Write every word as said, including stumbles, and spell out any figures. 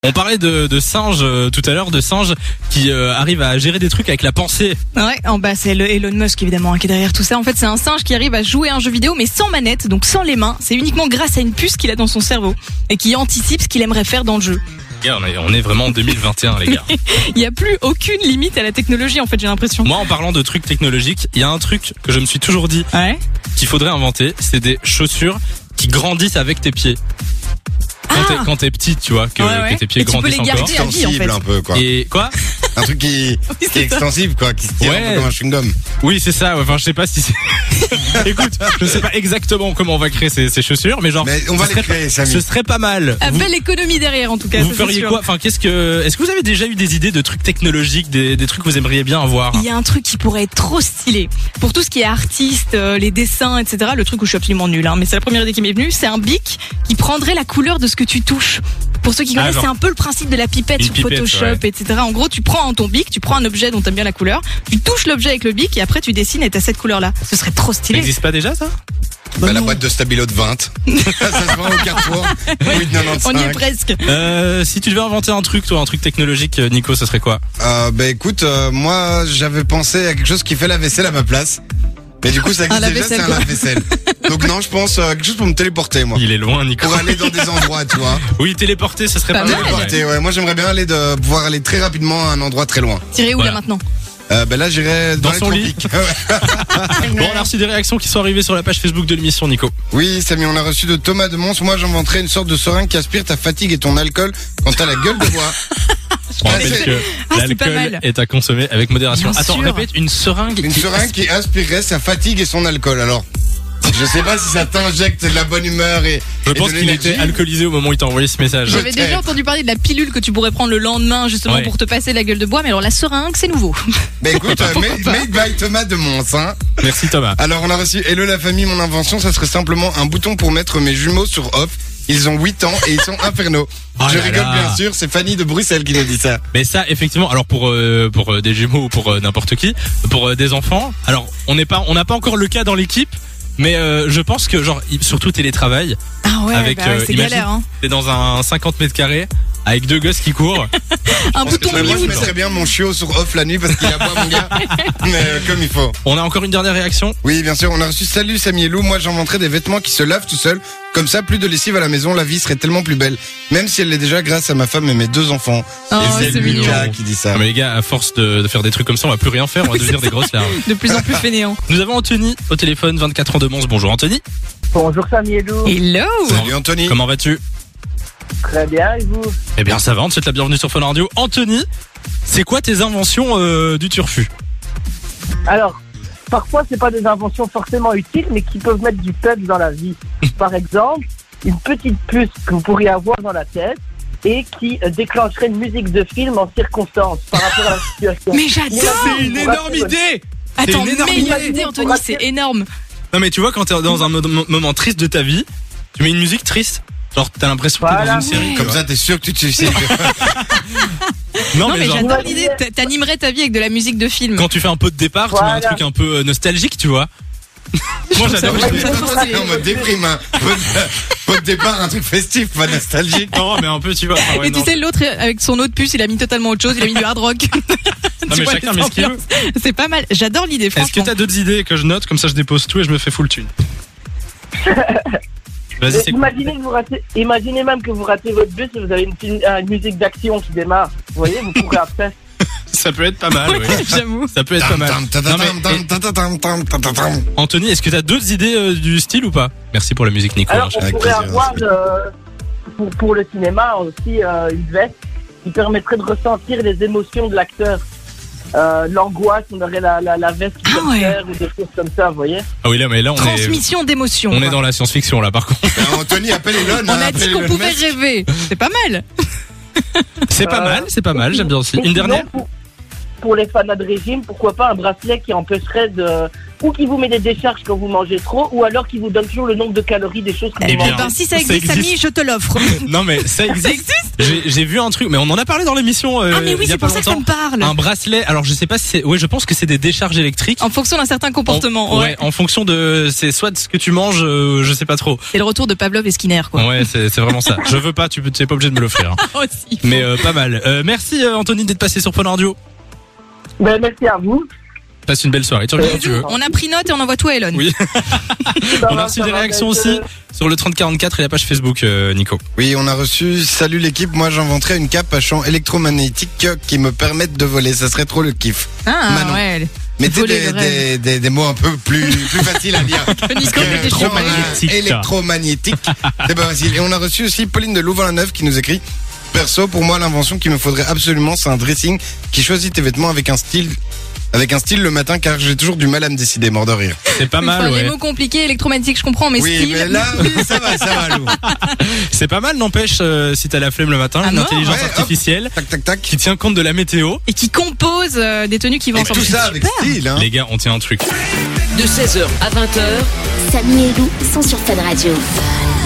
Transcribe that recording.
On parlait de, de singes euh, tout à l'heure, de singes qui euh, arrivent à gérer des trucs avec la pensée. Ouais, en bas c'est le Elon Musk évidemment hein, qui est derrière tout ça. En fait, c'est un singe qui arrive à jouer à un jeu vidéo mais sans manette, donc sans les mains. C'est uniquement grâce à une puce qu'il a dans son cerveau et qui anticipe ce qu'il aimerait faire dans le jeu. Gars, on est, on est vraiment en deux mille vingt et un, les gars. Il n'y a plus aucune limite à la technologie en fait, j'ai l'impression. Moi, en parlant de trucs technologiques, il y a un truc que je me suis toujours dit Ouais. qu'il faudrait inventer, c'est des chaussures qui grandissent avec tes pieds. Quand, Ah. t'es, quand t'es petite, tu vois, que, Ouais, ouais. que tes pieds Et tu peux grandissent les garder encore. à vie, en fait. Extensible un peu quoi. Et quoi? Un truc qui, Oui, qui est c'est ça. extensible quoi, qui se tire Ouais. un peu comme un chewing-gum. Oui, c'est ça. Enfin, je sais pas si c'est. Écoute, je sais pas exactement comment on va créer ces, ces chaussures, mais genre. Mais on va ce les serait créer, pas- Samy. Ce serait pas mal. Ah, Vous- belle économie derrière en tout cas. Vous ça, c'est feriez sûr. quoi? Enfin, qu'est-ce que, est-ce que vous avez déjà eu des idées de trucs technologiques, des, des trucs que vous aimeriez bien avoir? Il y a un truc qui pourrait être trop stylé. Pour tout ce qui est artiste, euh, les dessins, et cetera. Le truc où je suis absolument nulle, hein, mais c'est la première idée qui m'est venue. C'est un bic qui prendrait la couleur de ce que tu touches. Pour ceux qui Ah, connaissent, genre. c'est un peu le principe de la pipette Une sur pipette, Photoshop, et cetera. En gros, tu prends ton bic, tu prends un objet dont t'aimes bien la couleur, tu touches l'objet avec le bic et après tu dessines et t'as cette couleur-là. Ce serait trop Ça stylé. n'existe pas déjà, ça? Bah, la non. boîte de stabilo de vingt. Ça se vend au Carrefour. huit quatre-vingt-quinze. On y est presque. Euh, si tu devais inventer un truc, toi, un truc technologique, euh, Nico, ça serait quoi? Euh, bah écoute, euh, moi j'avais pensé à quelque chose qui fait la vaisselle à ma place. Mais du coup ça existe Un déjà, c'est lave-vaisselle, un quoi. lave-vaisselle. Donc non, je pense euh, quelque chose pour me téléporter moi. Il est loin, Nico. Pour aller dans des endroits, tu vois. Oui, téléporter, ça serait Pas pas, mal. mal. Téléporter, ouais. Moi j'aimerais bien aller de pouvoir aller très rapidement à un endroit très loin. Tirez où Voilà. là maintenant? Euh, bah là j'irais dans, Dans les son lit. tropiques. Ouais. Bon, on a reçu des réactions qui sont arrivées sur la page Facebook de l'émission, Nico. Oui, Samy, on a reçu de Thomas de Mons. Moi j'inventerais une sorte de seringue qui aspire ta fatigue et ton alcool quand t'as la gueule de bois. On rappelle c'est- que Ah, c'est pas l'alcool mal. est à consommer avec modération. Bien Attends, sûr. répète, une seringue. Une qui- seringue qui aspirerait sa fatigue et son alcool. Alors, je sais pas si ça t'injecte de la bonne humeur et, Je et pense de qu'il l'énergie. était alcoolisé au moment où il t'a envoyé ce message. J'avais Peut-être. déjà entendu parler de la pilule que tu pourrais prendre le lendemain justement Ouais. pour te passer la gueule de bois, mais alors la seringue c'est nouveau. Bah écoute, euh, made, pas. made by Thomas de Mons, hein. Merci Thomas. Alors on a reçu Hello la famille, mon invention, ça serait simplement un bouton pour mettre mes jumeaux sur off. Ils ont huit ans et ils sont infernaux. Oh je là rigole là. bien sûr, c'est Fanny de Bruxelles qui nous dit ça. Mais ça, effectivement, alors pour euh, pour euh, des jumeaux ou pour euh, n'importe qui, pour euh, des enfants, alors on n'est pas, on n'a pas encore le cas dans l'équipe, mais euh, je pense que genre il- surtout télétravail, Ah ouais, avec bah ouais, euh, c'est imagine, galère hein. t'es dans un cinquante mètres carrés avec deux gosses qui courent. Un bouton Mais moi je mute. mettrais bien mon chiot sur off la nuit parce qu'il aboie mon gars. Mais euh, comme il faut. On a encore une dernière réaction. Oui, bien sûr, on a reçu Salut Samy et Lou, moi j'inventerais des vêtements qui se lavent tout seuls. Comme ça, plus de lessive à la maison, la vie serait tellement plus belle. Même si elle l'est déjà grâce à ma femme et mes deux enfants. Oh, et c'est c'est mignon. Lucas qui dit ça. Non, mais les gars, à force de, de faire des trucs comme ça, on va plus rien faire, on va devenir des grosses larves. De plus en plus fainéant. Nous avons Anthony au téléphone, vingt-quatre ans de Mons. Bonjour Anthony. Bonjour Samy et Lou. Hello. Salut Anthony. Comment vas-tu? Très bien, et vous? Eh bien ça va, on te souhaite la bienvenue sur Fun Radio. Anthony, c'est quoi tes inventions euh, du turfu? Alors, parfois, c'est pas des inventions forcément utiles, mais qui peuvent mettre du peps dans la vie. Par exemple, une petite puce que vous pourriez avoir dans la tête et qui euh, déclencherait une musique de film en circonstance par rapport à la situation. Mais j'adore. C'est une énorme idée. Attends, une énorme meilleure idée. idée Anthony, c'est énorme. Non mais tu vois, quand t'es dans un mo- mo- moment triste de ta vie, tu mets une musique triste. Genre t'as l'impression que t'es Voilà. dans une série. Ouais. Comme ça, t'es sûr que tu te suicides. Non, Non mais, mais genre, j'adore Imaginez- l'idée, t'a- t'animerais ta vie avec de la musique de film. quand tu fais un peu de départ, tu mets un Voilà. truc un peu euh, nostalgique, tu vois. Moi trouve ça j'adore. vraiment l'idée. ça trop stylé. En mode déprime, hein. Faut de départ, un truc festif, pas nostalgique. Non mais un peu, tu vois. Ah ouais, Et tu non. sais, l'autre, avec son autre puce, il a mis totalement autre chose, il a mis du hard rock. Non, Tu mais vois chacun les met ce qu'il veut. ambiances. C'est pas mal, j'adore l'idée, Est-ce que franchement. t'as d'autres idées que je note, comme ça je dépose tout et je me fais full thune. Vas-y, Et c'est imaginez, que vous ratez, imaginez même que vous ratez votre bus et vous avez une, film- euh, une musique d'action qui démarre. Vous voyez, vous courez après. ça peut être pas mal. Ouais. J'avoue. Ça peut être pas mal. Non, mais, et- Anthony, est-ce que t'as d'autres idées euh, du style ou pas? Merci pour la musique, Nico. Alors, hein, on avec pourrait plaisir, avoir merci. euh, pour, pour le cinéma aussi euh, une veste qui permettrait de ressentir les émotions de l'acteur. Euh, l'angoisse, on aurait la, la, la veste qui Ah peut ouais. faire ou des choses comme ça, vous voyez. Ah oui là, mais là on est, Transmission d'émotions. on est quoi. dans la science-fiction là par contre. Anthony, appelle Elon. On hein, a dit appelle qu'on Elon pouvait Musk. rêver. C'est pas mal. C'est pas Euh, mal, c'est pas mal, j'aime bien aussi. Et Une sinon, dernière? pour, pour les fanats de régime, pourquoi pas un bracelet qui empêcherait de... ou qui vous met des décharges quand vous mangez trop, ou alors qui vous donne toujours le nombre de calories des choses que Eh vous bien, Eh mangez. ben, si ça ça existe, existe. Samy, je te l'offre. Non mais ça existe. Ça existe? J'ai, j'ai vu un truc, mais on en a parlé dans l'émission. Euh, Ah mais oui, il y a c'est pas pour ça que ça longtemps. me parle. Un bracelet. Alors je sais pas si c'est. Ouais, je pense que c'est des décharges électriques. En fonction d'un certain comportement. En, Ouais. ouais, en fonction de. C'est soit de ce que tu manges, euh, je sais pas trop. C'est le retour de Pavlov et Skinner, quoi. Ouais, c'est, c'est vraiment ça. Je veux pas, tu n'es pas obligé de me l'offrir. Hein. Aussi. Mais euh, pas mal. Euh, merci euh, Anthony d'être passé sur Fun Radio. Ben, merci à vous. Passe une belle soirée. Tu reviens quand tu veux. On a pris note et on envoie tout à Elon. Oui. Ça On va, a reçu ça des va, réactions ben, aussi euh, sur le trente quarante-quatre et la page Facebook, euh, Nico. Oui, on a reçu. Salut l'équipe, moi j'inventerais une cape à champ électromagnétique qui me permette de voler. Ça serait trop le kiff. Ah Manon. ouais. Mettez Voler, des, le rêve. des, des, des mots un peu plus, plus faciles à dire. Nico fait des Champ, choses. électromagnétique. euh, électromagnétique. C'est pas facile. Et on a reçu aussi Pauline de Louvain-la-Neuve qui nous écrit: perso, pour moi, l'invention qu'il me faudrait absolument, c'est un dressing qui choisit tes vêtements avec un style, avec un style le matin, car j'ai toujours du mal à me décider, mort de rire. C'est pas mal, Enfin, ouais. Les mots compliqués, électromagnétiques, je comprends, mais Oui, style. mais là, oui, ça va, ça va, Lou. C'est pas mal, n'empêche, euh, si t'as la flemme le matin, Ah, une mort. intelligence Ouais, hop. artificielle Tac, tac, tac. qui tient compte de la météo. Et qui compose euh, des tenues qui vont Et ensemble. tout C'est ça avec super. style, hein. Les gars, on tient un truc. De seize heures à vingt heures, Samy et Lou sont sur Fun Radio.